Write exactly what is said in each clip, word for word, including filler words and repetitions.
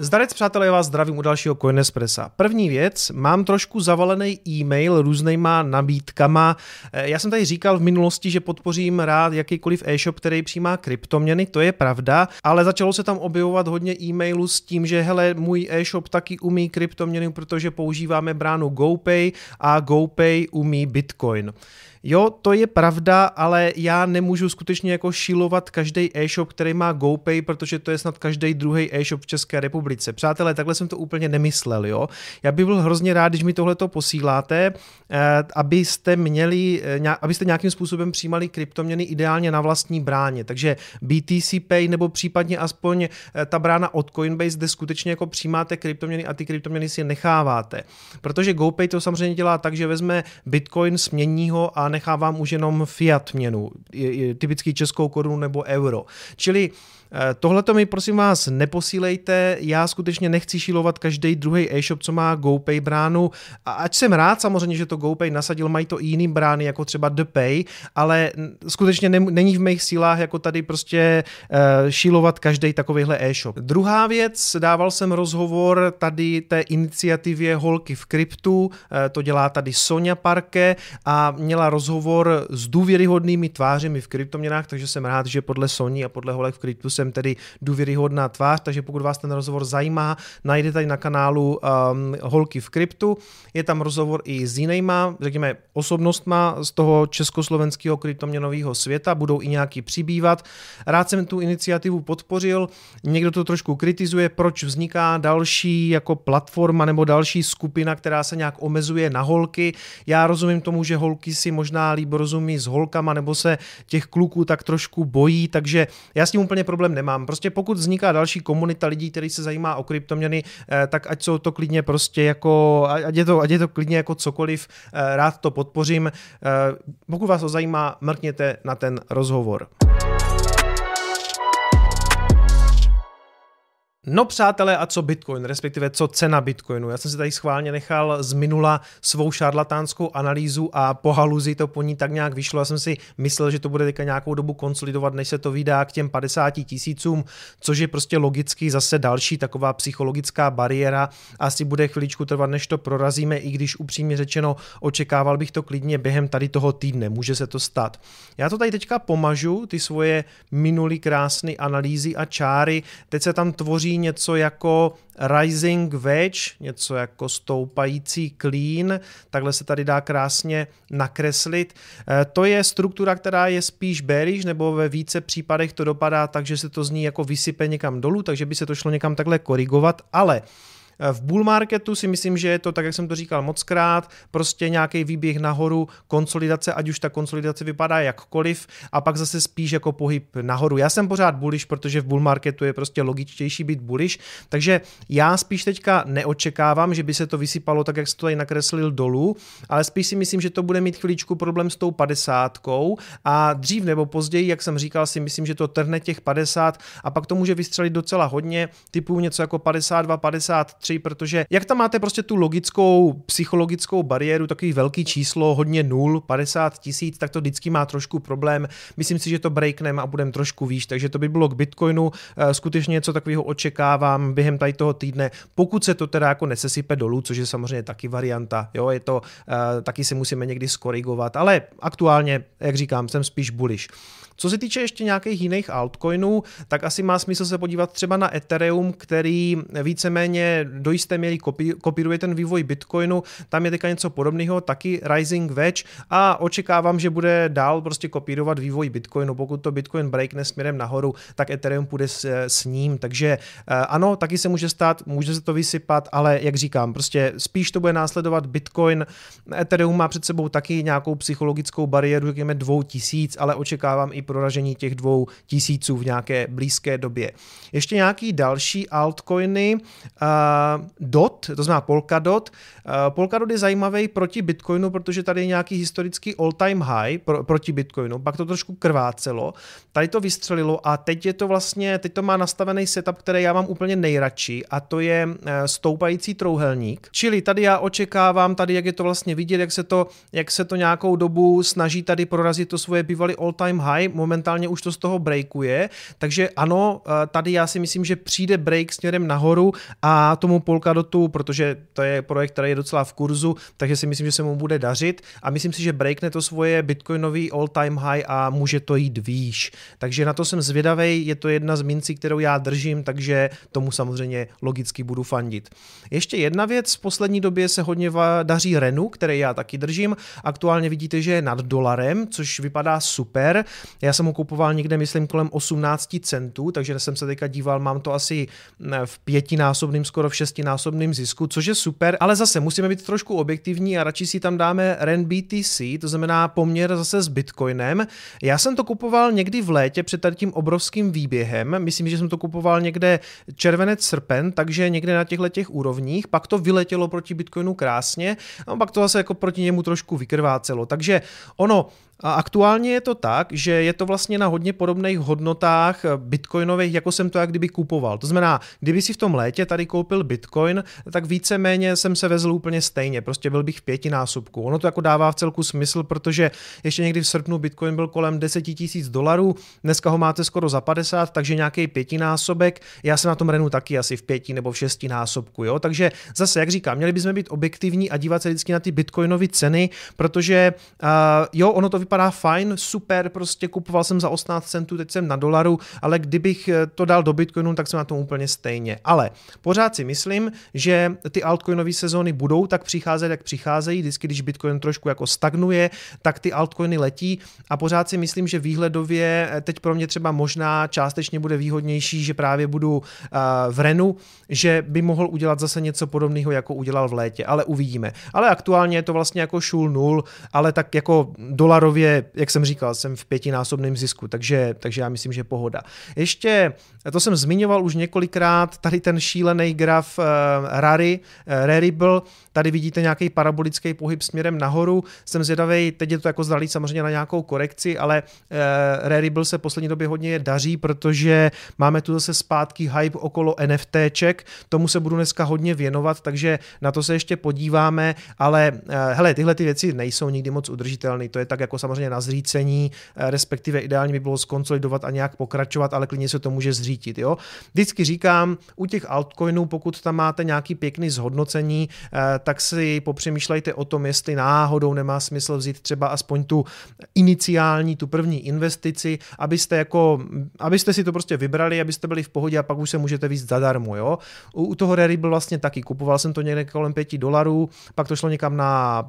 Zdarec, přátelé, já vás zdravím u dalšího Coinespressa. První věc, mám trošku zavalený e-mail různýma nabídkama. Já jsem tady říkal v minulosti, že podpořím rád jakýkoliv e-shop, který přijímá kryptoměny, to je pravda, ale začalo se tam objevovat hodně e-mailů s tím, že hele, můj e-shop taky umí kryptoměny, protože používáme bránu GoPay a GoPay umí Bitcoin. Jo, to je pravda, ale já nemůžu skutečně jako šilovat každý e-shop, který má GoPay, protože to je snad každý druhý e-shop v České republice. Přátelé, takhle jsem to úplně nemyslel, jo. Já bych byl hrozně rád, když mi tohleto posíláte, abyste měli, abyste nějakým způsobem přijímali kryptoměny ideálně na vlastní bráně. Takže B T C Pay nebo případně aspoň ta brána od Coinbase, kde skutečně jako přijímáte kryptoměny a ty kryptoměny si necháváte. Protože GoPay to samozřejmě dělá tak, že vezme Bitcoin, smění ho a nechávám už jenom fiat měnu, typicky českou korunu nebo euro. Čili tohleto mi prosím vás neposílejte, já skutečně nechci šílovat každý druhý e-shop, co má GoPay bránu, a ať jsem rád samozřejmě, že to GoPay nasadil, mají to i jiný brány, jako třeba ThePay, ale skutečně ne, není v mých sílách jako tady prostě uh, šílovat každý takovýhle e-shop. Druhá věc, dával jsem rozhovor tady té iniciativě Holky v kryptu, uh, to dělá tady Sonja Parke a měla rozhovor s důvěryhodnými tvářemi v kryptoměnách, takže jsem rád, že podle Soni a podle Holek v kryptu jsem tedy důvěryhodná tvář, takže pokud vás ten rozhovor zajímá, najdete tady na kanálu um, Holky v kryptu. Je tam rozhovor i s jinýma, řekněme, osobnostma z toho československého kryptoměnového světa, budou i nějaký přibývat. Rád jsem tu iniciativu podpořil, někdo to trošku kritizuje, proč vzniká další jako platforma nebo další skupina, která se nějak omezuje na holky. Já rozumím tomu, že holky si možná líp rozumí s holkama nebo se těch kluků tak trošku bojí, takže já s tím úplně problém nemám. Prostě pokud vzniká další komunita lidí, který se zajímá o kryptoměny, tak ať jsou to klidně prostě jako, ať je to, ať je to klidně jako cokoliv, rád to podpořím. Pokud vás to zajímá, mrkněte na ten rozhovor. No přátelé, a co Bitcoin, respektive co cena Bitcoinu? Já jsem si tady schválně nechal z minula svou šarlatánskou analýzu a po haluzi to po ní tak nějak vyšlo. Já jsem si myslel, že to bude teďka nějakou dobu konsolidovat, než se to vydá k těm padesáti tisícům, což je prostě logicky zase další taková psychologická bariéra. Asi bude chviličku trvat, než to prorazíme, i když upřímně řečeno očekával bych to klidně během tady toho týdne. Může se to stát. Já to tady teďka pomažu, ty svoje minulý krásné analýzy a čáry. Teď se tam tvoří něco jako rising wedge, něco jako stoupající klín, takhle se tady dá krásně nakreslit. To je struktura, která je spíš bearish, nebo ve více případech to dopadá tak, že se to z ní jako vysype někam dolů, takže by se to šlo někam takhle korigovat, ale v bull marketu si myslím, že je to, tak jak jsem to říkal mockrát, prostě nějaký výběh nahoru, konsolidace, ať už ta konsolidace vypadá jakkoliv, a pak zase spíš jako pohyb nahoru. Já jsem pořád bullish, protože v bull marketu je prostě logičtější být bullish, takže já spíš teďka neočekávám, že by se to vysypalo tak, jak se to tady nakreslil dolů, ale spíš si myslím, že to bude mít chvíličku problém s tou padesátkou a dřív nebo později, jak jsem říkal, si myslím, že to trhne těch padesát a pak to může vystřelit docela hodně, typu něco jako padesát dva, padesát tři, protože jak tam máte prostě tu logickou, psychologickou bariéru, takový velký číslo, hodně nul, padesát tisíc, tak to vždycky má trošku problém. Myslím si, že to breakneme a budeme trošku výš, takže to by bylo k Bitcoinu. Skutečně něco takového očekávám během tady toho týdne, pokud se to teda jako nesesype dolů, což je samozřejmě taky varianta, jo, je to, taky se musíme někdy skorigovat, ale aktuálně, jak říkám, jsem spíš bullish. Co se týče ještě nějakých jiných altcoinů, tak asi má smysl se podívat třeba na Ethereum, který víceméně do jisté míry kopíruje ten vývoj Bitcoinu. Tam je teďka něco podobného, taky rising wedge, a očekávám, že bude dál prostě kopírovat vývoj Bitcoinu. Pokud to Bitcoin breakne směrem nahoru, tak Ethereum půjde s, s ním. Takže ano, taky se může stát, může se to vysypat, ale jak říkám, prostě spíš to bude následovat Bitcoin. Ethereum má před sebou taky nějakou psychologickou bariéru, řekněme dvou tisíc, ale očekávám i proražení těch dvou tisíců v nějaké blízké době. Ještě nějaký další altcoiny. dot, to znamená Polkadot. Uh, Polkadot je zajímavý proti Bitcoinu, protože tady je nějaký historický all-time high pro, proti Bitcoinu, pak to trošku krvácelo, tady to vystřelilo a teď je to vlastně, teď to má nastavený setup, který já mám úplně nejradši a to je uh, stoupající trouhelník. Čili tady já očekávám, tady jak je to vlastně vidět, jak se to, jak se to nějakou dobu snaží tady prorazit to svoje bývalý all-time high, momentálně už to z toho breakuje, takže ano, tady já si myslím, že přijde break směrem nahoru a tomu Polkadotu, protože to je projekt, který je docela v kurzu, takže si myslím, že se mu bude dařit a myslím si, že breakne to svoje bitcoinový all-time high a může to jít výš. Takže na to jsem zvědavej, je to jedna z mincí, kterou já držím, takže tomu samozřejmě logicky budu fandit. Ještě jedna věc, v poslední době se hodně daří Renu, který já taky držím. Aktuálně vidíte, že je nad dolarem, což vypadá super. Já jsem ho kupoval někde, myslím, kolem osmnáct centů, takže jsem se teďka díval, mám to asi v pětinásobným, skoro v šestinásobným zisku, což je super, ale zase musíme být trošku objektivní a radši si tam dáme Ren B T C, to znamená poměr zase s Bitcoinem. Já jsem to kupoval někdy v létě před tady tím obrovským výběhem, myslím, že jsem to kupoval někde červenec, srpen, takže někde na těchto těch úrovních, pak to vyletělo proti Bitcoinu krásně, a pak to zase jako proti němu trošku vykrvácelo, takže ono a aktuálně je to tak, že je to vlastně na hodně podobných hodnotách bitcoinových, jako jsem to jak kdyby kupoval. To znamená, kdyby si v tom létě tady koupil bitcoin, tak víceméně jsem se vezl úplně stejně, prostě byl bych v pětinásobku. Ono to jako dává v celku smysl, protože ještě někdy v srpnu bitcoin byl kolem deset tisíc dolarů, dneska ho máte skoro za padesát, takže nějaký pětinásobek. Já jsem na tom Renu taky asi v pěti nebo v šestinásobku, jo. Takže zase, jak říkám, měli bychom být objektivní a dívat se vždycky na ty bitcoinové ceny, protože uh, jo, ono to vypadá fajn, super, prostě kupoval jsem za osmnáct centů, teď jsem na dolaru, ale kdybych to dal do Bitcoinu, tak jsem na tom úplně stejně. Ale pořád si myslím, že ty altcoinové sezóny budou tak přicházet, jak přicházejí, vždycky, když Bitcoin trošku jako stagnuje, tak ty altcoiny letí a pořád si myslím, že výhledově teď pro mě třeba možná částečně bude výhodnější, že právě budu uh, v Renu, že by mohl udělat zase něco podobného, jako udělal v létě, ale uvidíme. Ale aktuálně je to vlastně jako šul nul, ale tak jako dolarově, jak jsem říkal, jsem v pětinásobném zisku, takže, takže já myslím, že pohoda. Ještě, to jsem zmiňoval už několikrát, tady ten šílený graf uh, Rary, uh, Rarible, tady vidíte nějaký parabolický pohyb směrem nahoru, jsem zvědavej, teď je to jako zdalý samozřejmě na nějakou korekci, ale uh, Rarible se poslední době hodně daří, protože máme tu zase zpátky hype okolo NFTček, tomu se budu dneska hodně věnovat, takže na to se ještě podíváme, ale uh, hele, tyhle ty věci nejsou nikdy moc udržitelné, to je tak jako samozřejmě na zřícení, respektive ideálně by bylo skonsolidovat a nějak pokračovat, ale klidně se to může zřítit. Jo? Vždycky říkám, u těch altcoinů, pokud tam máte nějaký pěkný zhodnocení, tak si popřemýšlejte o tom, jestli náhodou nemá smysl vzít třeba aspoň tu iniciální, tu první investici, abyste, jako, abyste si to prostě vybrali, abyste byli v pohodě a pak už se můžete víc zadarmo. Jo? U, u toho Rarible vlastně taky, kupoval jsem to někde kolem pěti dolarů, pak to šlo někam na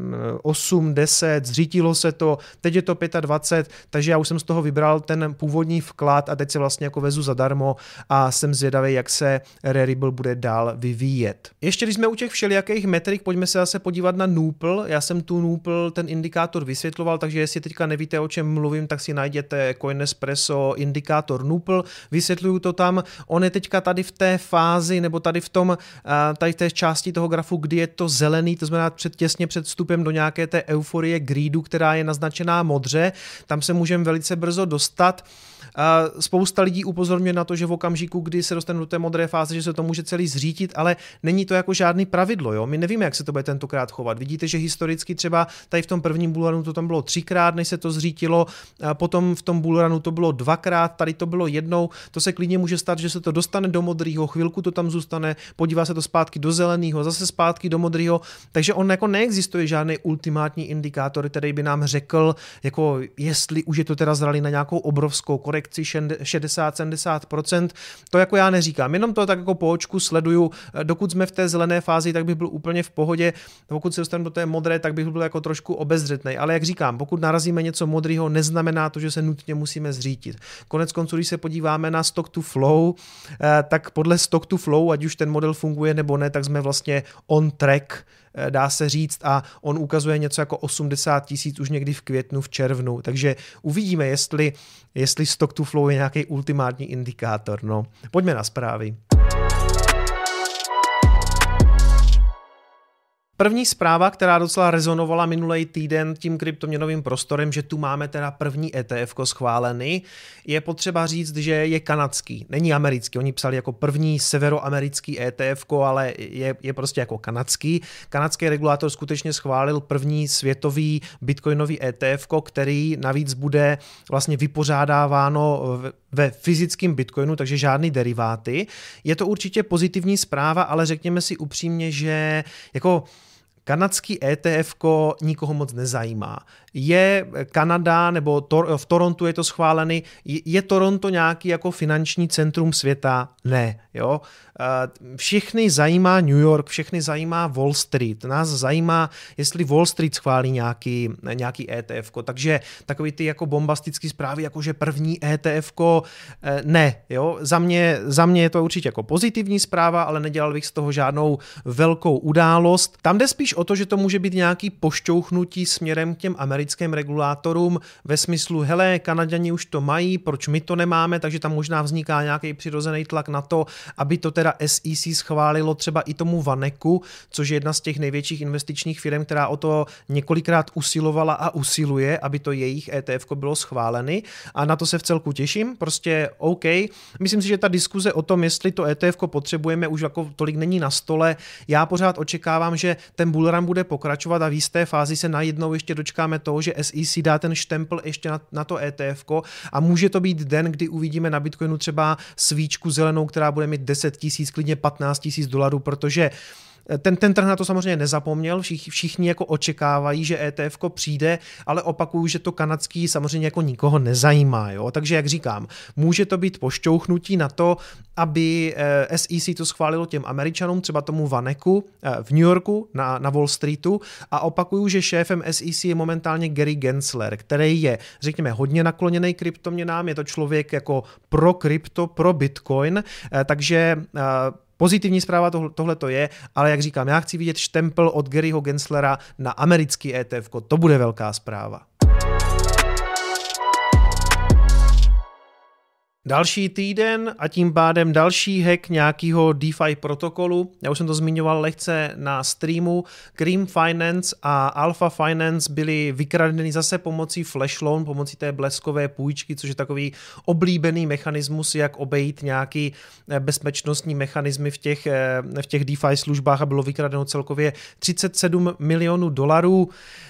osm, deset, zřítilo se to, teď je to dvacet pět, takže já už jsem z toho vybral ten původní vklad a teď se vlastně jako vezu zadarmo a jsem zvědavý, jak se Rarible bude dál vyvíjet. Ještě když jsme u těch všelijakých metrik, pojďme se zase podívat na Nupl. Já jsem tu Nupl, ten indikátor vysvětloval, takže jestli teďka nevíte, o čem mluvím, tak si najděte Coinespresso indikátor Nupl, vysvětluju to tam. On je teďka tady v té fázi, nebo tady v tom, tady v té části toho grafu, kdy je to zelený, to znamená před, těsně před vstupem do nějaké té euforie greedu, která je naznačená modře, tam se můžeme velice brzo dostat. Spousta lidí upozorňuje na to, že v okamžiku, kdy se dostane do té modré fáze, že se to může celý zřítit, ale není to jako žádný pravidlo. Jo? My nevíme, jak se to bude tentokrát chovat. Vidíte, že historicky třeba tady v tom prvním bullrunu to tam bylo třikrát, než se to zřítilo, potom v tom bullrunu to bylo dvakrát, tady to bylo jednou. To se klidně může stát, že se to dostane do modrého, chvilku to tam zůstane, podívá se to zpátky do zeleného, zase zpátky do modrého. Takže on jako neexistuje žádný ultimátní indikátor, který by nám řekl, jako jestli už je to teda zralý na nějakou obrovskou korekci šedesát sedmdesát procent, to jako já neříkám, jenom to tak jako po očku sleduju, dokud jsme v té zelené fázi, tak bych byl úplně v pohodě, pokud se dostanu do té modré, tak bych byl jako trošku obezřetnej, ale jak říkám, pokud narazíme něco modrého, neznamená to, že se nutně musíme zřítit. Konec konců, když se podíváme na stock to flow, tak podle stock to flow, ať už ten model funguje nebo ne, tak jsme vlastně on track, dá se říct, a on ukazuje něco jako osmdesát tisíc už někdy v květnu, v červnu, takže uvidíme, jestli, jestli stock to flow je nějaký ultimátní indikátor. No. Pojďme na zprávy. první zpráva, která docela rezonovala minulý týden tím kryptoměnovým prostorem, že tu máme teda první E T F ko schválený, je potřeba říct, že je kanadský, není americký. Oni psali jako první severoamerický E T F ko, ale je, je prostě jako kanadský. Kanadský regulátor skutečně schválil první světový bitcoinový E T F ko, který navíc bude vlastně vypořádáváno ve fyzickém bitcoinu, takže žádný deriváty. Je to určitě pozitivní zpráva, ale řekněme si upřímně, že jako kanadský E T F ko nikoho moc nezajímá. Je Kanada, nebo to, v Torontu je to schválený, je Toronto nějaký jako finanční centrum světa? Ne. Jo? Všechny zajímá New York, všechny zajímá Wall Street. Nás zajímá, jestli Wall Street schválí nějaký, nějaký E T F ko. Takže takový ty jako bombastický zprávy, jako že první E T F ko, ne. Jo? Za mě, za mě je to určitě jako pozitivní zpráva, ale nedělal bych z toho žádnou velkou událost. Tam jde spíš o to, že to může být nějaký pošťouchnutí směrem k těm americkým regulátorům ve smyslu, hele, Kanaďani už to mají, proč my to nemáme, takže tam možná vzniká nějaký přirozený tlak na to, aby to teda S E C schválilo třeba i tomu Vaneku, což je jedna z těch největších investičních firm, která o to několikrát usilovala a usiluje, aby to jejich E T F ko bylo schváleny, a na to se v celku těším, prostě OK. Myslím si, že ta diskuze o tom, jestli to E T F ko potřebujeme, už jako tolik není na stole. Já pořád očekávám, že ten bullrun bude pokračovat a v jisté fázi se najednou ještě dočkáme toho, že S E C dá ten štempel ještě na, na to E T F ko a může to být den, kdy uvidíme na Bitcoinu třeba svíčku zelenou, která bude mít deset tisíc, klidně patnáct tisíc dolarů, protože Ten, ten trh na to samozřejmě nezapomněl, všichni, všichni jako očekávají, že E T F ko přijde, ale opakuju, že to kanadský samozřejmě jako nikoho nezajímá. Jo? Takže jak říkám, může to být pošťouchnutí na to, aby S E C to schválilo těm Američanům, třeba tomu Vaneku v New Yorku na, na Wall Streetu, a opakuju, že šéfem S E C je momentálně Gary Gensler, který je, řekněme, hodně nakloněný kryptoměnám, je to člověk jako pro krypto, pro Bitcoin, takže pozitivní zpráva tohle to je, ale jak říkám, já chci vidět štempel od Garyho Genslera na americký E T F ko, to bude velká zpráva. Další týden a tím pádem další hack nějakého DeFi protokolu. Já už jsem to zmiňoval lehce na streamu. Cream Finance a Alpha Finance byly vykradeny zase pomocí flash loan, pomocí té bleskové půjčky, což je takový oblíbený mechanismus, jak obejít nějaký bezpečnostní mechanismy v těch, v těch DeFi službách, a bylo vykradeno celkově třicet sedm milionů dolarů.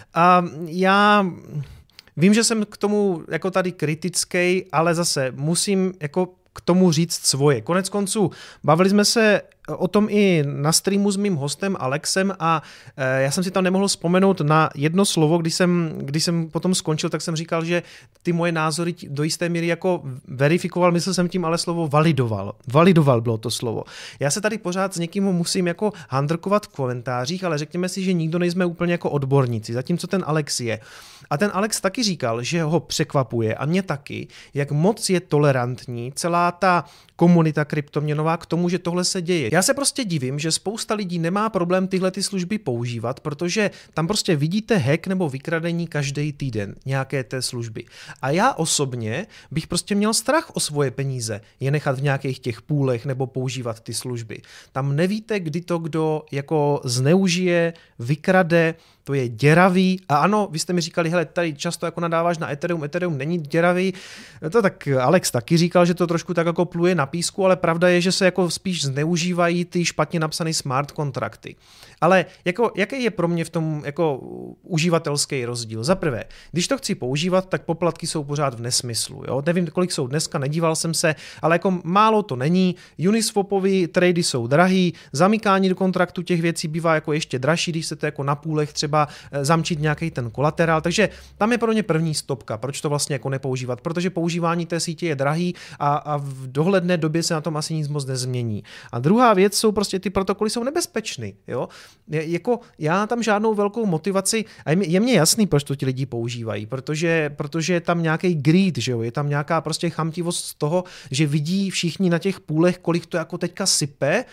A já vím, že jsem k tomu jako tady kritický, ale zase musím jako k tomu říct svoje. Konec konců bavili jsme se o tom i na streamu s mým hostem Alexem a já jsem si tam nemohl vzpomenout na jedno slovo, když jsem, když jsem potom skončil, tak jsem říkal, že ty moje názory do jisté míry jako verifikoval, myslel jsem tím ale slovo validoval. Validoval bylo to slovo. Já se tady pořád s někým musím jako handrkovat v komentářích, ale řekněme si, že nikdo nejsme úplně jako odborníci, zatímco ten Alex je. A ten Alex taky říkal, že ho překvapuje, a mě taky, jak moc je tolerantní celá ta komunita kryptoměnová k tomu, že tohle se děje. Já se prostě divím, že spousta lidí nemá problém tyhle ty služby používat, protože tam prostě vidíte hack nebo vykradení každý týden nějaké té služby. A já osobně bych prostě měl strach o svoje peníze, je nechat v nějakých těch půlech nebo používat ty služby. Tam nevíte, kdy to kdo jako zneužije, vykrade, to je děravý. A ano, vy jste mi říkali, hele, tady často jako nadáváš na Ethereum, Ethereum není děravý. To tak Alex taky říkal, že to trošku tak jako pluje na písku, ale pravda je, že se jako spíš zneužívají ty špatně napsané smart kontrakty. Ale jako, jaký je pro mě v tom jako uživatelský rozdíl? Za prvé, když to chci používat, tak poplatky jsou pořád v nesmyslu. Jo? Nevím, kolik jsou dneska, nedíval jsem se, ale jako málo to není. Uniswapový trady jsou drahý, zamykání do kontraktu těch věcí bývá jako ještě dražší, když se to jako na půlech třeba zamčit nějaký ten kolaterál. Takže tam je pro mě první stopka, proč to vlastně jako nepoužívat, protože používání té sítě je drahý a, a v dohledné době se na tom asi nic moc nezmění. A druhá věc jsou prostě ty protokoly jsou nebezpečný. Jo? Je, jako já tam žádnou velkou motivaci, a je, je mně jasný, proč to ti lidi používají, protože, protože je tam nějaký greed, že jo? Je tam nějaká prostě chamtivost z toho, že vidí všichni na těch půlech, kolik to jako teďka sype,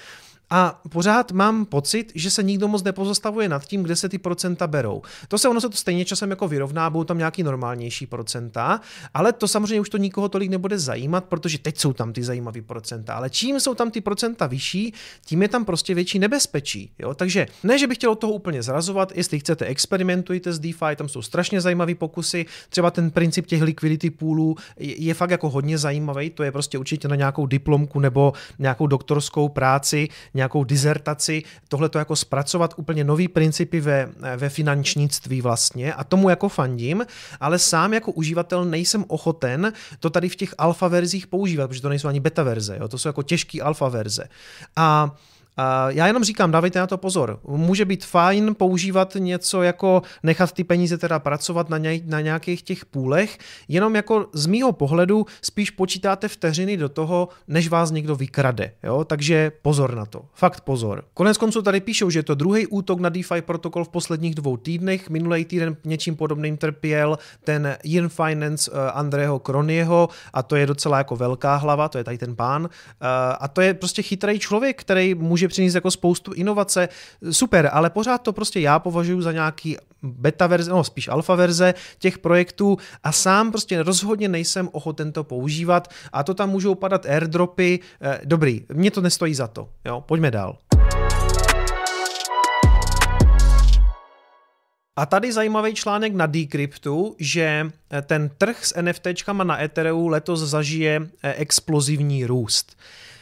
A pořád mám pocit, že se nikdo moc nepozastavuje nad tím, kde se ty procenta berou. To se ono se to stejně časem jako vyrovná, budou tam nějaký normálnější procenta, ale to samozřejmě už to nikoho tolik nebude zajímat, protože teď jsou tam ty zajímavý procenta, ale čím jsou tam ty procenta vyšší, tím je tam prostě větší nebezpečí. Jo? Takže ne, že bych chtěl od toho úplně zrazovat, jestli chcete, experimentujte s DeFi, tam jsou strašně zajímavý pokusy, třeba ten princip těch liquidity poolů je, je fakt jako hodně zajímavý, to je prostě určitě na nějakou diplomku nebo nějakou doktorskou práci, nějakou dizertaci, tohle to jako zpracovat úplně nový principy ve, ve finančnictví vlastně a tomu jako fandím, ale sám jako uživatel nejsem ochoten to tady v těch alfa verzích používat, protože to nejsou ani beta verze, jo? To jsou jako těžký alfa verze. A A já jenom říkám, dávejte na to pozor. Může být fajn používat něco jako nechat ty peníze teda pracovat na, ně, na nějakých těch půlech, jenom jako z mýho pohledu spíš počítáte vteřiny do toho, než vás někdo vykrade. Jo? Takže pozor na to. Fakt pozor. Konec konců tady píšou, že je to druhý útok na DeFi protokol v posledních dvou týdnech. Minulý týden něčím podobným trpěl ten Yearn Finance uh, Andreho Kronieho a to je docela jako velká hlava, to je tady ten pán. Uh, a to je prostě chytrý člověk, který může přinést jako spoustu inovace, super, ale pořád to prostě já považuji za nějaký beta verze, no spíš alfa verze těch projektů a sám prostě rozhodně nejsem ochoten to používat a to tam můžou padat airdropy, dobrý, mně to nestojí za to, jo, pojďme dál. A tady zajímavý článek na Decryptu, že ten trh s NFTčkama na Ethereu letos zažije explozivní růst.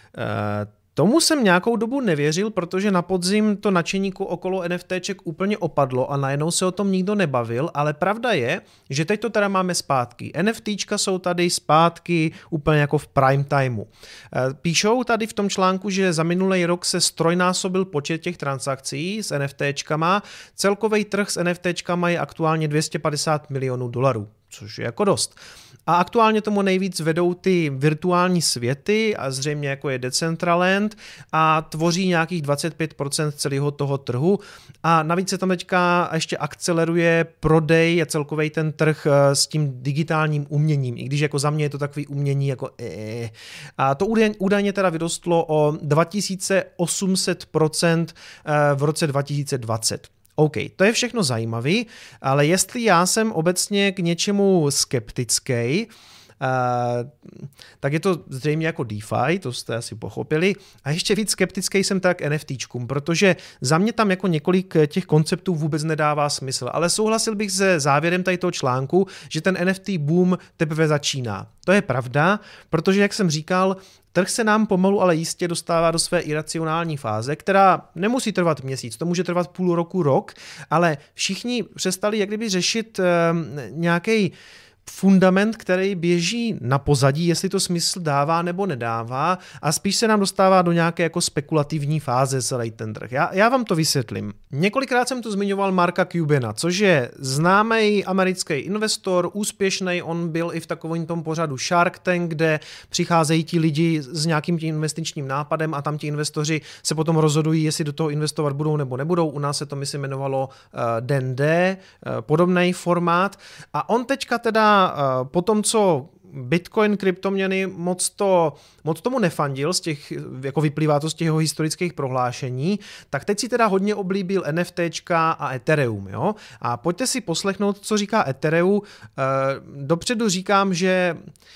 Tomu jsem nějakou dobu nevěřil, protože na podzim to nadšení okolo NFTček úplně opadlo a najednou se o tom nikdo nebavil, ale pravda je, že teď to teda máme zpátky. NFTčka jsou tady zpátky úplně jako v prime timeu. Píšou tady v tom článku, že za minulý rok se strojnásobil počet těch transakcí s NFTčkama, celkový trh s NFTčkama je aktuálně dvě stě padesát milionů dolarů, což je jako dost. A aktuálně tomu nejvíc vedou ty virtuální světy a zřejmě jako je Decentraland a tvoří nějakých dvacet pět procent celého toho trhu a navíc se tam teďka ještě akceleruje prodej a celkovej ten trh s tím digitálním uměním, i když jako za mě je to takový umění jako ee. A to údajně teda vyrostlo o dva tisíce osm set procent v roce dva tisíce dvacet. OK, to je všechno zajímavý, ale jestli já jsem obecně k něčemu skeptický, Uh, tak je to zřejmě jako DeFi, to jste asi pochopili. A ještě víc skeptický jsem tak NFTčkům, protože za mě tam jako několik těch konceptů vůbec nedává smysl. Ale souhlasil bych se závěrem tady toho článku, že ten N F T boom teprve začíná. To je pravda, protože jak jsem říkal, trh se nám pomalu, ale jistě dostává do své iracionální fáze, která nemusí trvat měsíc, to může trvat půl roku, rok, ale všichni přestali jak kdyby řešit uh, nějaký fundament, který běží na pozadí, jestli to smysl dává nebo nedává a spíš se nám dostává do nějaké jako spekulativní fáze celý ten trh. Já, já vám to vysvětlím. Několikrát jsem tu zmiňoval Marka Cubana, což je známý americký investor, úspěšný, on byl i v takovém tom pořadu Shark Tank, kde přicházejí ti lidi s nějakým tím investičním nápadem a tam ti investoři se potom rozhodují, jestli do toho investovat budou nebo nebudou. U nás se to myslím jmenovalo uh, D N D, uh, podobný formát a on teďka teda po tom, co Bitcoin, kryptoměny moc, to, moc tomu nefandil, z těch, jako vyplývá to z těch jeho historických prohlášení, tak teď si teda hodně oblíbil NFTčka a Ethereum. Jo? A pojďte si poslechnout, co říká Ethereum. Dopředu říkám, že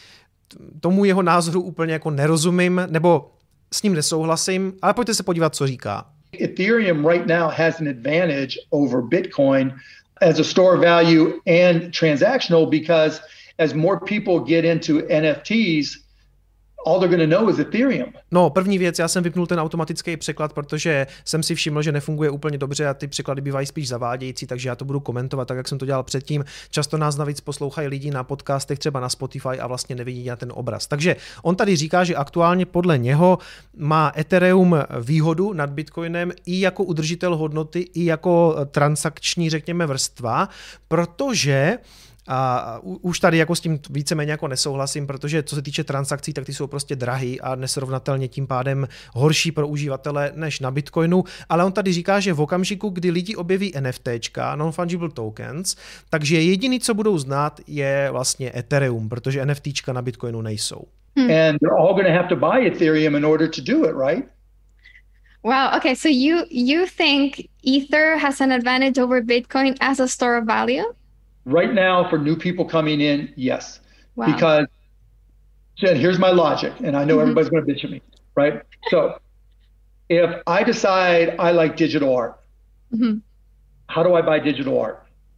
tomu jeho názoru úplně jako nerozumím, nebo s ním nesouhlasím, ale pojďte se podívat, co říká. Ethereum right now has an advantage over Bitcoin as a store value and transactional because as more people get into N F Ts, all they're going to know is Ethereum. No, první věc, já jsem vypnul ten automatický překlad, protože jsem si všiml, že nefunguje úplně dobře a ty překlady bývají spíš zavádějící, takže já to budu komentovat tak, jak jsem to dělal předtím. Často nás navíc poslouchají lidi na podcastech, třeba na Spotify a vlastně nevidí na ten obraz. Takže on tady říká, že aktuálně podle něho má Ethereum výhodu nad Bitcoinem i jako udržitel hodnoty, i jako transakční, řekněme, vrstva, protože a už tady jako s tím víceméně jako nesouhlasím, protože co se týče transakcí, tak ty jsou prostě drahý a nesrovnatelně tím pádem horší pro uživatele než na Bitcoinu, ale on tady říká, že v okamžiku, kdy lidi objeví NFTčka, non-fungible tokens, takže jediný, co budou znát, je vlastně Ethereum, protože NFTčka na Bitcoinu nejsou. And they're all going to have to buy Ethereum in order to do it, right? Wow. Okay. So you you think Ether has an advantage over Bitcoin as a store of value? Right now, for new people coming in, yes. Wow. Because Jen, here's my logic, and I know Mhm. everybody's going to bitch at me, right? So if I decide I like digital art, Mhm. how do I buy digital art?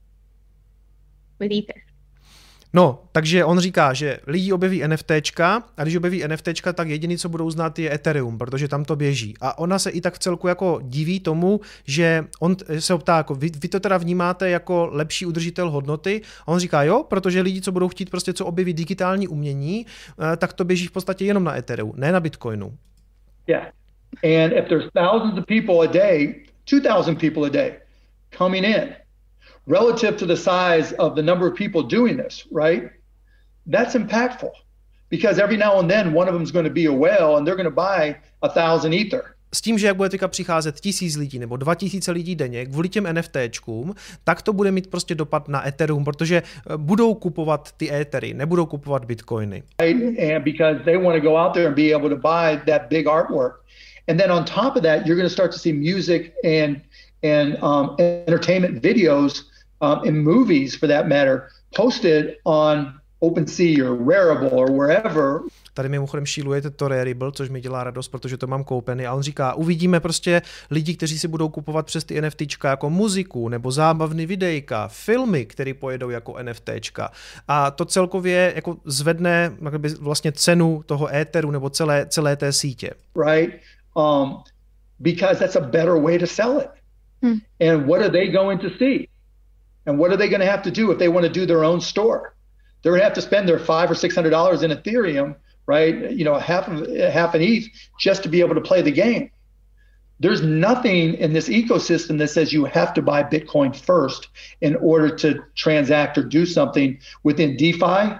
With Ether. No, takže on říká, že lidi objeví NFTčka a když objeví NFTčka, tak jediný, co budou znát, je Ethereum, protože tam to běží. A ona se i tak v celku jako diví tomu, že on se optá, jako vy, vy to teda vnímáte jako lepší udržitel hodnoty? A on říká, jo, protože lidi, co budou chtít prostě, co objeví digitální umění, tak to běží v podstatě jenom na Ethereum, ne na Bitcoinu. Yeah. And if there's thousands of people a day, two thousand people a day coming in, relative to the size of the number of people doing this, right? That's impactful because every now and then one of them is going to be a whale and they're going to buy a thousand Ether. S tím, že jak bude teďka přicházet tisíc lidí nebo dva tisíce lidí denně kvůli těm NFTčkům, tak to bude mít prostě dopad na Ethereum, protože budou kupovat ty Ethery, nebudou kupovat Bitcoiny. Right? And because they want to go out there and be able to buy that big artwork. And then on top of that, you're going to start to see music and and um, entertainment videos um, and movies, for that matter, posted on OpenSea or Rarible or wherever. Tady mimochodem šílujete to Rarible, což mi dělá radost, protože to mám koupený. A on říká, uvidíme prostě lidi, kteří si budou kupovat přes ty NFTčka jako muziku nebo zábavný videjka, filmy, které pojedou jako NFTčka. A to celkově jako zvedne vlastně cenu toho éteru nebo celé, celé té sítě. Right? Um, because that's a better way to sell it. Hmm. And what are they going to see? And what are they going to have to do if they want to do their own store? They're going to have to spend their five or six hundred dollars in Ethereum, right? You know, half of half an E T H just to be able to play the game. There's nothing in this ecosystem that says you have to buy Bitcoin first in order to transact or do something within DeFi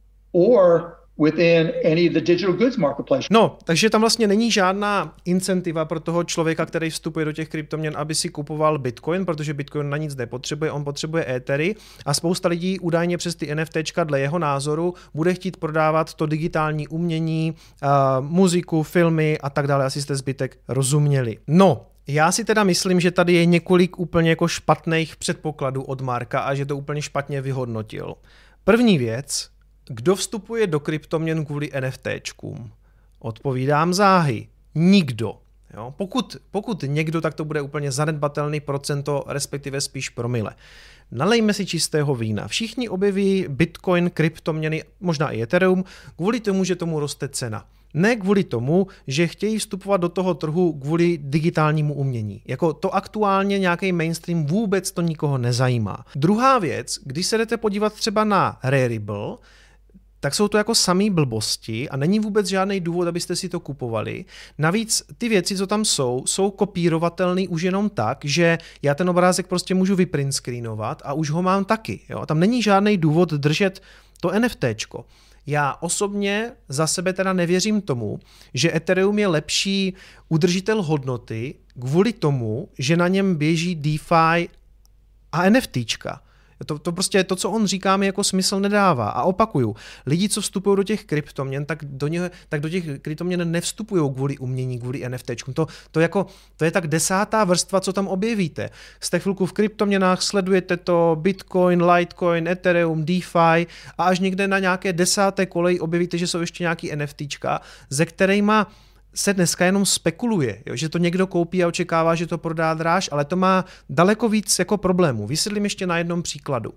or within any of the digital goods marketplace. No, takže tam vlastně není žádná incentiva pro toho člověka, který vstupuje do těch kryptoměn, aby si kupoval Bitcoin, protože Bitcoin na nic nepotřebuje, on potřebuje Ethery a spousta lidí údajně přes ty NFTčka dle jeho názoru bude chtít prodávat to digitální umění, uh, muziku, filmy a tak dále, asi jste zbytek rozuměli. No, já si teda myslím, že tady je několik úplně jako špatných předpokladů od Marka a že to úplně špatně vyhodnotil. První věc, kdo vstupuje do kryptoměn kvůli NFTčkům? Odpovídám záhy. Nikdo. Jo? Pokud, pokud někdo, tak to bude úplně zanedbatelný procento, respektive spíš promile. Nalejme si čistého vína. Všichni objeví Bitcoin, kryptoměny, možná i Ethereum, kvůli tomu, že tomu roste cena. Ne kvůli tomu, že chtějí vstupovat do toho trhu kvůli digitálnímu umění. Jako to aktuálně nějaký mainstream vůbec to nikoho nezajímá. Druhá věc, když se jdete podívat třeba na Rarible, tak jsou to jako samý blbosti a není vůbec žádný důvod, abyste si to kupovali. Navíc ty věci, co tam jsou, jsou kopírovatelný už jenom tak, že já ten obrázek prostě můžu vyprint screenovat a už ho mám taky. Jo? Tam není žádný důvod držet to NFTčko. Já osobně za sebe teda nevěřím tomu, že Ethereum je lepší udržitel hodnoty kvůli tomu, že na něm běží DeFi a NFTčka. To, to prostě to, co on říká, mi jako smysl nedává. A opakuju, lidi, co vstupují do těch kryptoměn, tak do, ně, tak do těch kryptoměn nevstupují kvůli umění, kvůli NFTčkům. To, to, jako, to je tak desátá vrstva, co tam objevíte. Jste chvilku v kryptoměnách, sledujete to Bitcoin, Litecoin, Ethereum, DeFi a až někde na nějaké desáté koleji objevíte, že jsou ještě nějaký NFTčka, ze kterýma se dneska jenom spekuluje, jo, že to někdo koupí a očekává, že to prodá dráž, ale to má daleko víc jako problémů. Vysvětlím ještě na jednom příkladu.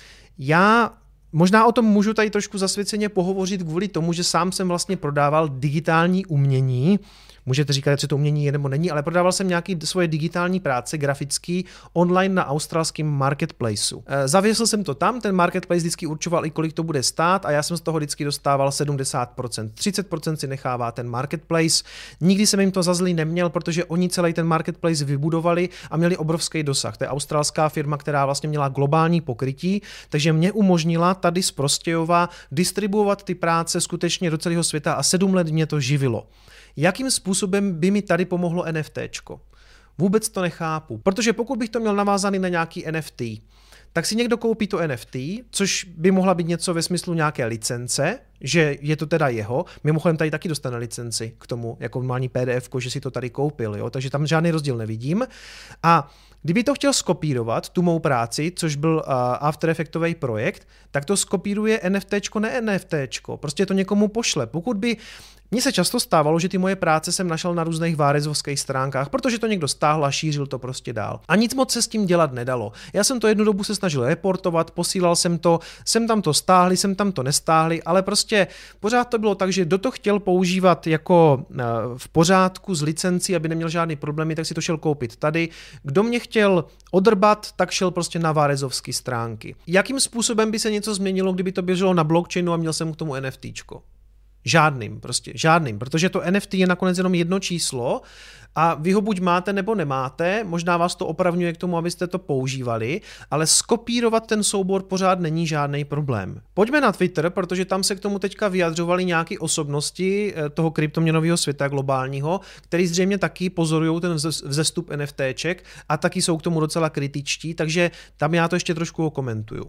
Já možná o tom můžu tady trošku zasvěceně pohovořit kvůli tomu, že sám jsem vlastně prodával digitální umění. Můžete říkat, jestli to umění je nebo není, ale prodával jsem nějaké svoje digitální práce, grafický, online na australském marketplaceu. Zavěsil jsem to tam, ten marketplace vždycky určoval i kolik to bude stát a já jsem z toho vždycky dostával sedmdesát procent. třicet procent si nechává ten marketplace. Nikdy jsem jim to za zlý neměl, protože oni celý ten marketplace vybudovali a měli obrovský dosah. To je australská firma, která vlastně měla globální pokrytí, takže mě umožnila tady z Prostějova distribuovat ty práce skutečně do celého světa a sedm let mě to živilo. Jakým způsobem by mi tady pomohlo NFTčko? Vůbec to nechápu, protože pokud bych to měl navázaný na nějaký N F T, tak si někdo koupí to N F T, což by mohla být něco ve smyslu nějaké licence, že je to teda jeho. Mimochodem tady taky dostane licenci k tomu, jako normální P D F, že si to tady koupil, jo? Takže tam žádný rozdíl nevidím. A kdyby to chtěl skopírovat, tu mou práci, což byl uh, After Effectový projekt, tak to skopíruje NFTčko, ne NFTčko. Prostě to někomu pošle. Pokud by mně se často stávalo, že ty moje práce jsem našel na různých várezovských stránkách, protože to někdo stáhl a šířil to prostě dál. A nic moc se s tím dělat nedalo. Já jsem to jednu dobu se snažil reportovat, posílal jsem to, jsem tam to stáhli, jsem tam to nestáhli, ale prostě pořád to bylo tak, že kdo to chtěl používat jako v pořádku s licencí, aby neměl žádný problémy, tak si to šel koupit tady. Kdo mě chtěl odrbat, tak šel prostě na várezovské stránky. Jakým způsobem by se něco změnilo, kdyby to běželo na blockchainu a měl jsem k tomu NFTčko? Žádným, prostě žádným, protože to N F T je nakonec jenom jedno číslo a vy ho buď máte nebo nemáte, možná vás to opravňuje k tomu, abyste to používali, ale skopírovat ten soubor pořád není žádný problém. Pojďme na Twitter, protože tam se k tomu teďka vyjadřovali nějaké osobnosti toho kryptoměnového světa globálního, který zřejmě taky pozorují ten vzestup NFTček a taky jsou k tomu docela kritičtí, takže tam já to ještě trošku okomentuju.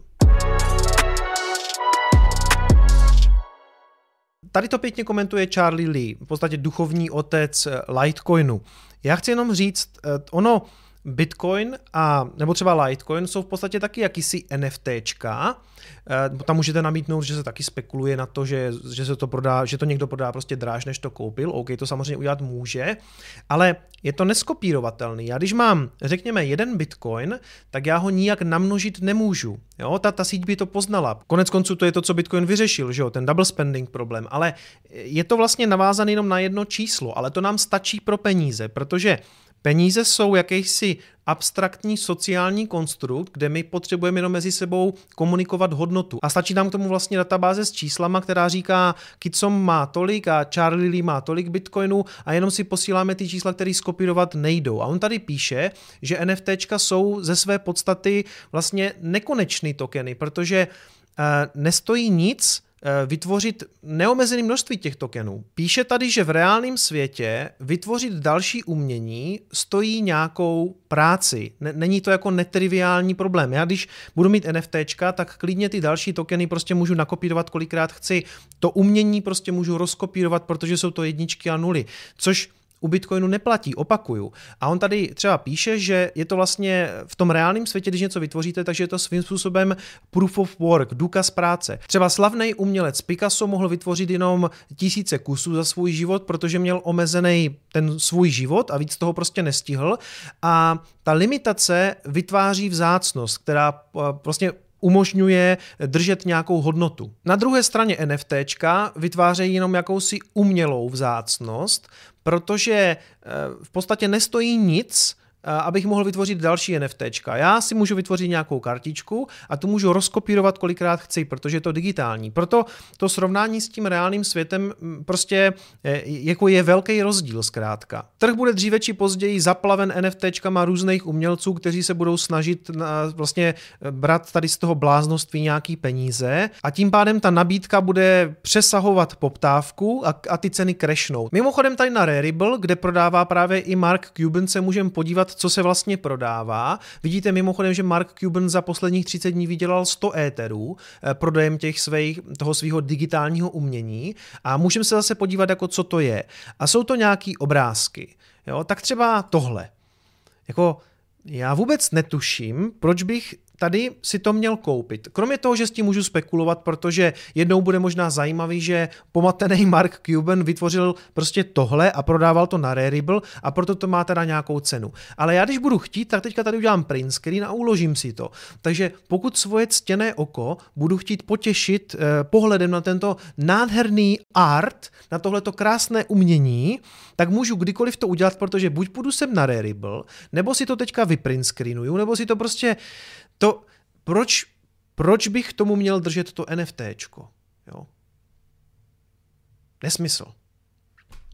Tady to pěkně komentuje Charlie Lee, v podstatě duchovní otec Litecoinu. Já chci jenom říct, ono Bitcoin a nebo třeba Litecoin jsou v podstatě taky jakýsi NFTčka. Tam můžete namítnout, že se taky spekuluje na to, že, že se to prodá, že to někdo prodá prostě dráž, než to koupil. OK, to samozřejmě udělat může, ale je to neskopírovatelný. Já když mám, řekněme, jeden Bitcoin, tak já ho nijak namnožit nemůžu. Jo, ta, ta síť by to poznala. Konec konců to je to, co Bitcoin vyřešil, že jo, ten double spending problém, ale je to vlastně navázané jenom na jedno číslo, ale to nám stačí pro peníze, protože peníze jsou jakýsi abstraktní sociální konstrukt, kde my potřebujeme jenom mezi sebou komunikovat hodnotu. A stačí nám k tomu vlastně databáze s číslama, která říká, Kitsom má tolik a Charlie Lee má tolik bitcoinů a jenom si posíláme ty čísla, které skopírovat nejdou. A on tady píše, že NFTčka jsou ze své podstaty vlastně nekonečný tokeny, protože uh, nestojí nic vytvořit neomezené množství těch tokenů. Píše tady, že v reálném světě vytvořit další umění stojí nějakou práci. Není to jako netriviální problém. Já když budu mít NFTčka, tak klidně ty další tokeny prostě můžu nakopírovat kolikrát chci. To umění prostě můžu rozkopírovat, protože jsou to jedničky a nuly, což u Bitcoinu neplatí, opakuju. A on tady třeba píše, že je to vlastně v tom reálném světě, když něco vytvoříte, takže je to svým způsobem proof of work, důkaz práce. Třeba slavný umělec Picasso mohl vytvořit jenom tisíce kusů za svůj život, protože měl omezený ten svůj život a víc toho prostě nestihl. A ta limitace vytváří vzácnost, která prostě umožňuje držet nějakou hodnotu. Na druhé straně NFTčka vytvářejí jenom jakousi umělou vzácnost, protože v podstatě nestojí nic, abych mohl vytvořit další NFTčka. Já si můžu vytvořit nějakou kartičku a tu můžu rozkopírovat kolikrát chci, protože je to digitální. Proto to srovnání s tím reálným světem prostě jako je velký rozdíl zkrátka. Trh bude dříve či později zaplaven NFTčkama různých umělců, kteří se budou snažit vlastně brát tady z toho bláznoství nějaký peníze a tím pádem ta nabídka bude přesahovat poptávku a, a ty ceny crashnou. Mimochodem tady na Rarible, kde prodává právě i Mark Cuban, se můžeme podívat, co se vlastně prodává. Vidíte mimochodem, že Mark Cuban za posledních třicet dní vydělal sto éterů prodejem těch svých, toho svého digitálního umění a můžeme se zase podívat, jako co to je. A jsou to nějaký obrázky. Jo? Tak třeba tohle. Jako já vůbec netuším, proč bych tady si to měl koupit. Kromě toho, že s tím můžu spekulovat, protože jednou bude možná zajímavý, že pomatený Mark Cuban vytvořil prostě tohle a prodával to na Rarible a proto to má teda nějakou cenu. Ale já když budu chtít, tak teďka tady udělám print screen a uložím si to. Takže pokud svoje ctěné oko budu chtít potěšit eh, pohledem na tento nádherný art, na tohleto krásné umění, tak můžu kdykoliv to udělat, protože buď půjdu sem na Rarible, nebo si to teďka vyprint screenuju, nebo si to prostě To, proč, proč bych tomu měl držet to NFTčko? Jo? Nesmysl.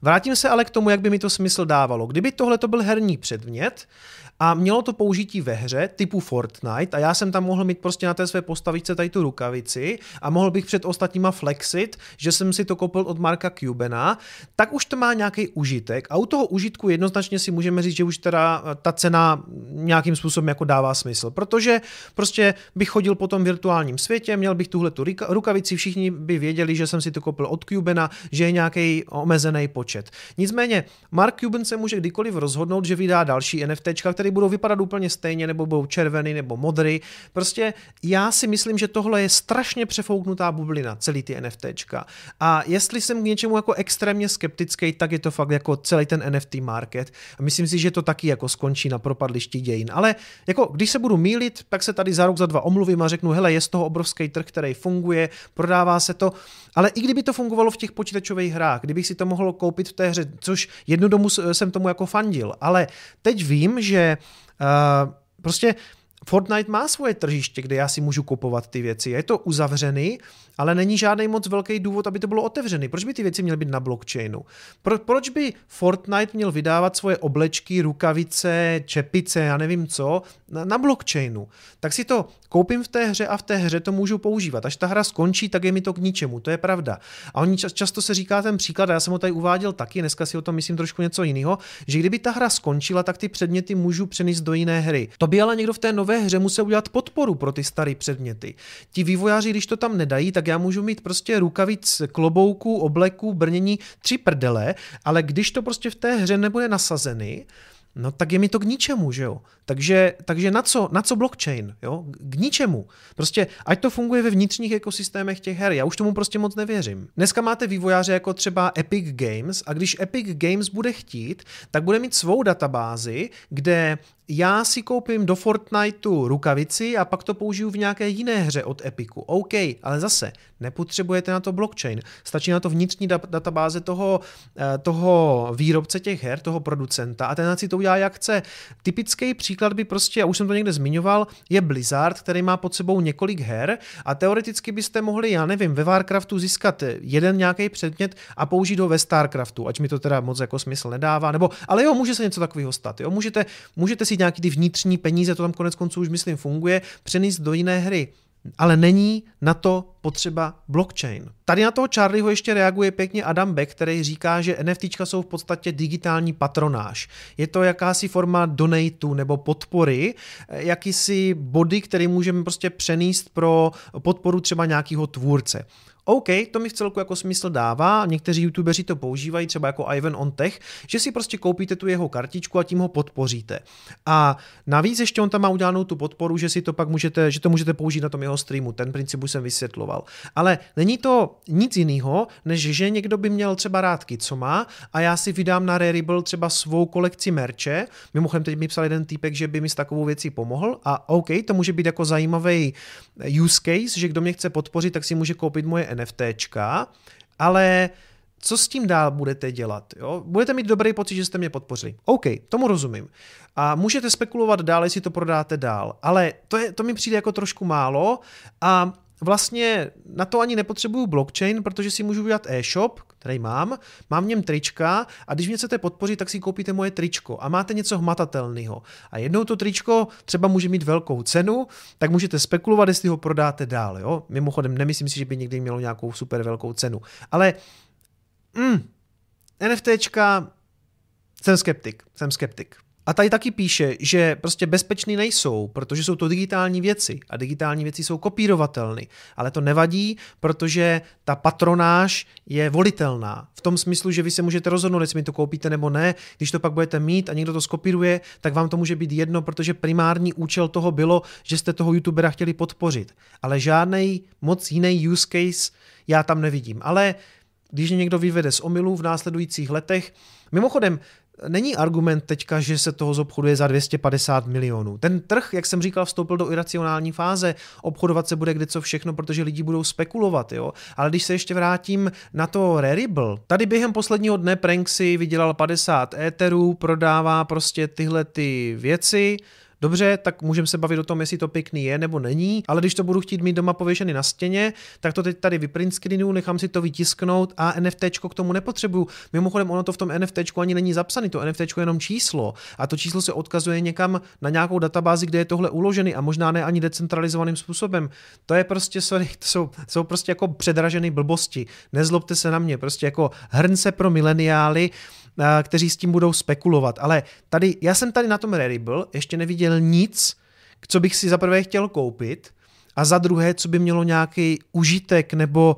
Vrátím se ale k tomu, jak by mi to smysl dávalo. Kdyby tohle to byl herní předmět a mělo to použití ve hře typu Fortnite a já jsem tam mohl mít prostě na té své postavičce tady tu rukavici a mohl bych před ostatníma flexit, že jsem si to koupil od Marka Cubana, tak už to má nějaký užitek a u toho užitku jednoznačně si můžeme říct, že už teda ta cena nějakým způsobem jako dává smysl, protože prostě bych chodil po tom virtuálním světě, měl bych tuhle tu rukavici, všichni by věděli, že jsem si to koupil od Cubana, že je nějaký omezený počet. Nicméně Mark Cuban se může kdykoliv rozhodnout, že vydá další NFTčka, které budou vypadat úplně stejně, nebo budou červený, nebo modrý. Prostě já si myslím, že tohle je strašně přefouknutá bublina, celý ty NFTčka. A jestli jsem k něčemu jako extrémně skeptický, tak je to fakt jako celý ten N F T market. A myslím si, že to taky jako skončí na propadlišti dějin. Ale jako když se budu mýlit, tak se tady za rok, za dva omluvím a řeknu, hele, je z toho obrovský trh, který funguje, prodává se to. Ale i kdyby to fungovalo v těch počítačových hrách, kdybych si to mohl koupit v té hře, což jednu dobu jsem tomu jako fandil, ale teď vím, že uh, prostě Fortnite má svoje tržiště, kde já si můžu kupovat ty věci. Je to uzavřený, ale není žádný moc velký důvod, aby to bylo otevřený. Proč by ty věci měly být na blockchainu? Pro, proč by Fortnite měl vydávat svoje oblečky, rukavice, čepice, já nevím co, na, na blockchainu? Tak si to koupím v té hře a v té hře to můžu používat. Až ta hra skončí, tak je mi to k ničemu, to je pravda. A oni čas, často se říká ten příklad, a já jsem ho tady uváděl taky, dneska si o tom myslím trošku něco jiného, že kdyby ta hra skončila, tak ty předměty můžu přenést do jiné hry. To by ale někdo v té nové hře musel udělat podporu pro ty staré předměty. Ti vývojáři, když to tam nedají, tak já můžu mít prostě rukavic, klobouků, obleků, brnění, tři prdele, ale když to prostě v té hře nebude nasazený, no tak je mi to k ničemu, že jo. Takže, takže na co, na co blockchain, jo? K ničemu. Prostě ať to funguje ve vnitřních ekosystémech těch her, já už tomu prostě moc nevěřím. Dneska máte vývojáře jako třeba Epic Games a když Epic Games bude chtít, tak bude mít svou databázi, kde já si koupím do Fortniteu rukavici a pak to použiju v nějaké jiné hře od Epiku. OK, ale zase nepotřebujete na to blockchain. Stačí na to vnitřní databáze toho, toho výrobce těch her, toho producenta a ten si to udělá jak chce. Typický příklad by prostě, a už jsem to někde zmiňoval, je Blizzard, který má pod sebou několik her a teoreticky byste mohli, já nevím, ve Warcraftu získat jeden nějaký předmět a použít ho ve Starcraftu, ač mi to teda moc jako smysl nedává, nebo, ale jo, může se něco takového stát, jo, můžete, můžete si nějaký ty vnitřní peníze, to tam konec konců už myslím funguje, přenést do jiné hry. Ale není na to potřeba blockchain. Tady na toho Charlieho ještě reaguje pěkně Adam Beck, který říká, že NFTčka jsou v podstatě digitální patronáž. Je to jakási forma donatu nebo podpory, jakýsi body, který můžeme prostě přenést pro podporu třeba nějakého tvůrce. OK, to mi v celku jako smysl dává, někteří youtubeři to používají, třeba jako Ivan on Tech, že si prostě koupíte tu jeho kartičku a tím ho podpoříte. A navíc ještě on tam má udělanou tu podporu, že si to pak můžete, že to můžete použít na tom jeho streamu, ten princip už jsem vysvětloval. Ale není to nic jiného, než že někdo by měl třeba rád Kitsoma a já si vydám na Rarible třeba svou kolekci merče. Mimochodem teď mi psal jeden týpek, že by mi s takovou věcí pomohl a OK, to může být jako zajímavý use case, že kdo mě chce podpořit, tak si může koupit moje NFTčka, ale co s tím dál budete dělat? Jo? Budete mít dobrý pocit, že jste mě podpořili. OK, tomu rozumím. A můžete spekulovat dál, jestli to prodáte dál, ale to, je, to mi přijde jako trošku málo a vlastně na to ani nepotřebuju blockchain, protože si můžu udělat e-shop, který mám, mám v něm trička a když mě chcete podpořit, tak si koupíte moje tričko a máte něco hmatatelného. A jednou to tričko třeba může mít velkou cenu, tak můžete spekulovat, jestli ho prodáte dál. Jo? Mimochodem, nemyslím si, že by někdy mělo nějakou super velkou cenu. Ale mm, NFTčka, jsem skeptik, jsem skeptik. A tady taky píše, že prostě bezpečný nejsou, protože jsou to digitální věci a digitální věci jsou kopírovatelné, ale to nevadí, protože ta patronáž je volitelná. V tom smyslu, že vy se můžete rozhodnout, jestli mi to koupíte nebo ne, když to pak budete mít a někdo to skopíruje, tak vám to může být jedno, protože primární účel toho bylo, že jste toho youtubera chtěli podpořit. Ale žádnej moc jiný use case já tam nevidím. Ale když někdo vyvede z omylu v následujících letech, mimochodem, není argument teďka, že se toho zobchoduje za dvě stě padesát milionů. Ten trh, jak jsem říkal, vstoupil do iracionální fáze, obchodovat se bude kde co všechno, protože lidi budou spekulovat, jo. Ale když se ještě vrátím na to Rarible, tady během posledního dne Pranksy vydělal padesát éterů, prodává prostě tyhle ty věci, Dobře, tak můžeme se bavit o tom, jestli to pěkný je nebo není, ale když to budu chtít mít doma pověšený na stěně, tak to teď tady vyprint screenu, nechám si to vytisknout a NFTčko k tomu nepotřebuju. Mimochodem, ono to v tom NFTčku ani není zapsané, to NFTčko je jenom číslo a to číslo se odkazuje někam na nějakou databázi, kde je tohle uložený a možná ne ani decentralizovaným způsobem. To je prostě, sorry, to jsou, jsou prostě jako předražené blbosti. Nezlobte se na mě, prostě jako hrnce pro mileniály, kteří s tím budou spekulovat. Ale tady, já jsem tady na tom Rarible ještě neviděl nic, co bych si za prvé chtěl koupit a za druhé, co by mělo nějaký užitek nebo...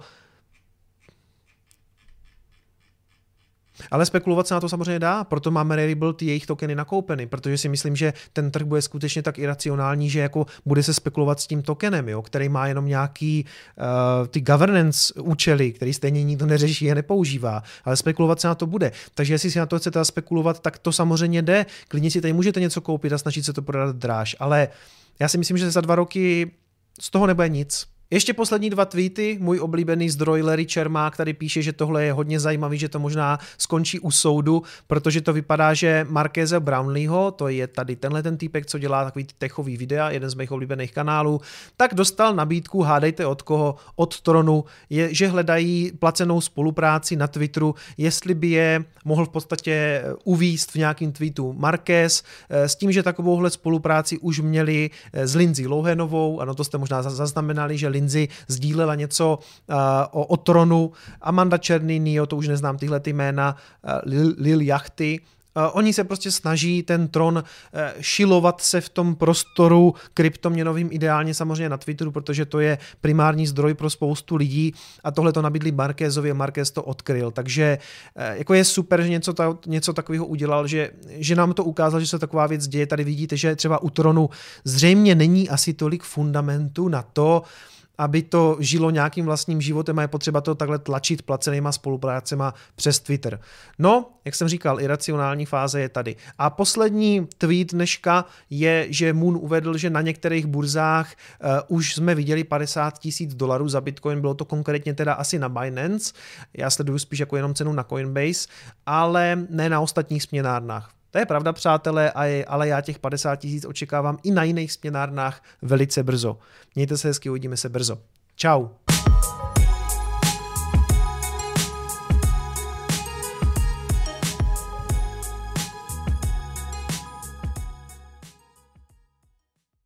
Ale spekulovat se na to samozřejmě dá, proto máme Rarible ty jejich tokeny nakoupeny, protože si myslím, že ten trh bude skutečně tak iracionální, že jako bude se spekulovat s tím tokenem, jo, který má jenom nějaký uh, ty governance účely, který stejně nikdo neřeší a nepoužívá, ale spekulovat se na to bude. Takže jestli si na to chcete spekulovat, tak to samozřejmě jde. Klidně si tady můžete něco koupit a snažit se to prodat dráž, ale já si myslím, že za dva roky z toho nebude nic. Ještě poslední dva tweety, můj oblíbený zdroj Larry Čermák tady píše, že tohle je hodně zajímavý, že to možná skončí u soudu, protože to vypadá, že Markéze Brownleeho, to je tady tenhle ten týpek, co dělá takový techový videa, jeden z mých oblíbených kanálů, tak dostal nabídku, hádejte od koho, od Tronu, je, že hledají placenou spolupráci na Twitteru, jestli by je mohl v podstatě uvízt v nějakým tweetu Markéz, s tím, že takovouhle spolupráci už měli s Lindsay Lohanovou, ano, to jste možná zaznamenali, že Lindsay sdílela něco uh, o, o Tronu, Amanda Černý, Nio, to už neznám tyhle ty jména, uh, Lil, Lil Yachty. Uh, oni se prostě snaží ten Tron uh, šilovat se v tom prostoru kryptoměnovým, ideálně samozřejmě na Twitteru, protože to je primární zdroj pro spoustu lidí a tohle to nabídli Markézovi a Markéz to odkryl. Takže uh, jako je super, že něco, ta, něco takového udělal, že, že nám to ukázal, že se taková věc děje. Tady vidíte, že třeba u Tronu zřejmě není asi tolik fundamentů na to, aby to žilo nějakým vlastním životem a je potřeba to takhle tlačit placenýma spoluprácema přes Twitter. No, jak jsem říkal, iracionální fáze je tady. A poslední tweet dneška je, že Moon uvedl, že na některých burzách uh, už jsme viděli padesát tisíc dolarů za Bitcoin, bylo to konkrétně teda asi na Binance, já sleduju spíš jako jenom cenu na Coinbase, ale ne na ostatních směnárnách. To je pravda, přátelé, ale já těch padesát tisíc očekávám i na jiných směnárnách velice brzo. Mějte se hezky, uvidíme se brzo. Čau.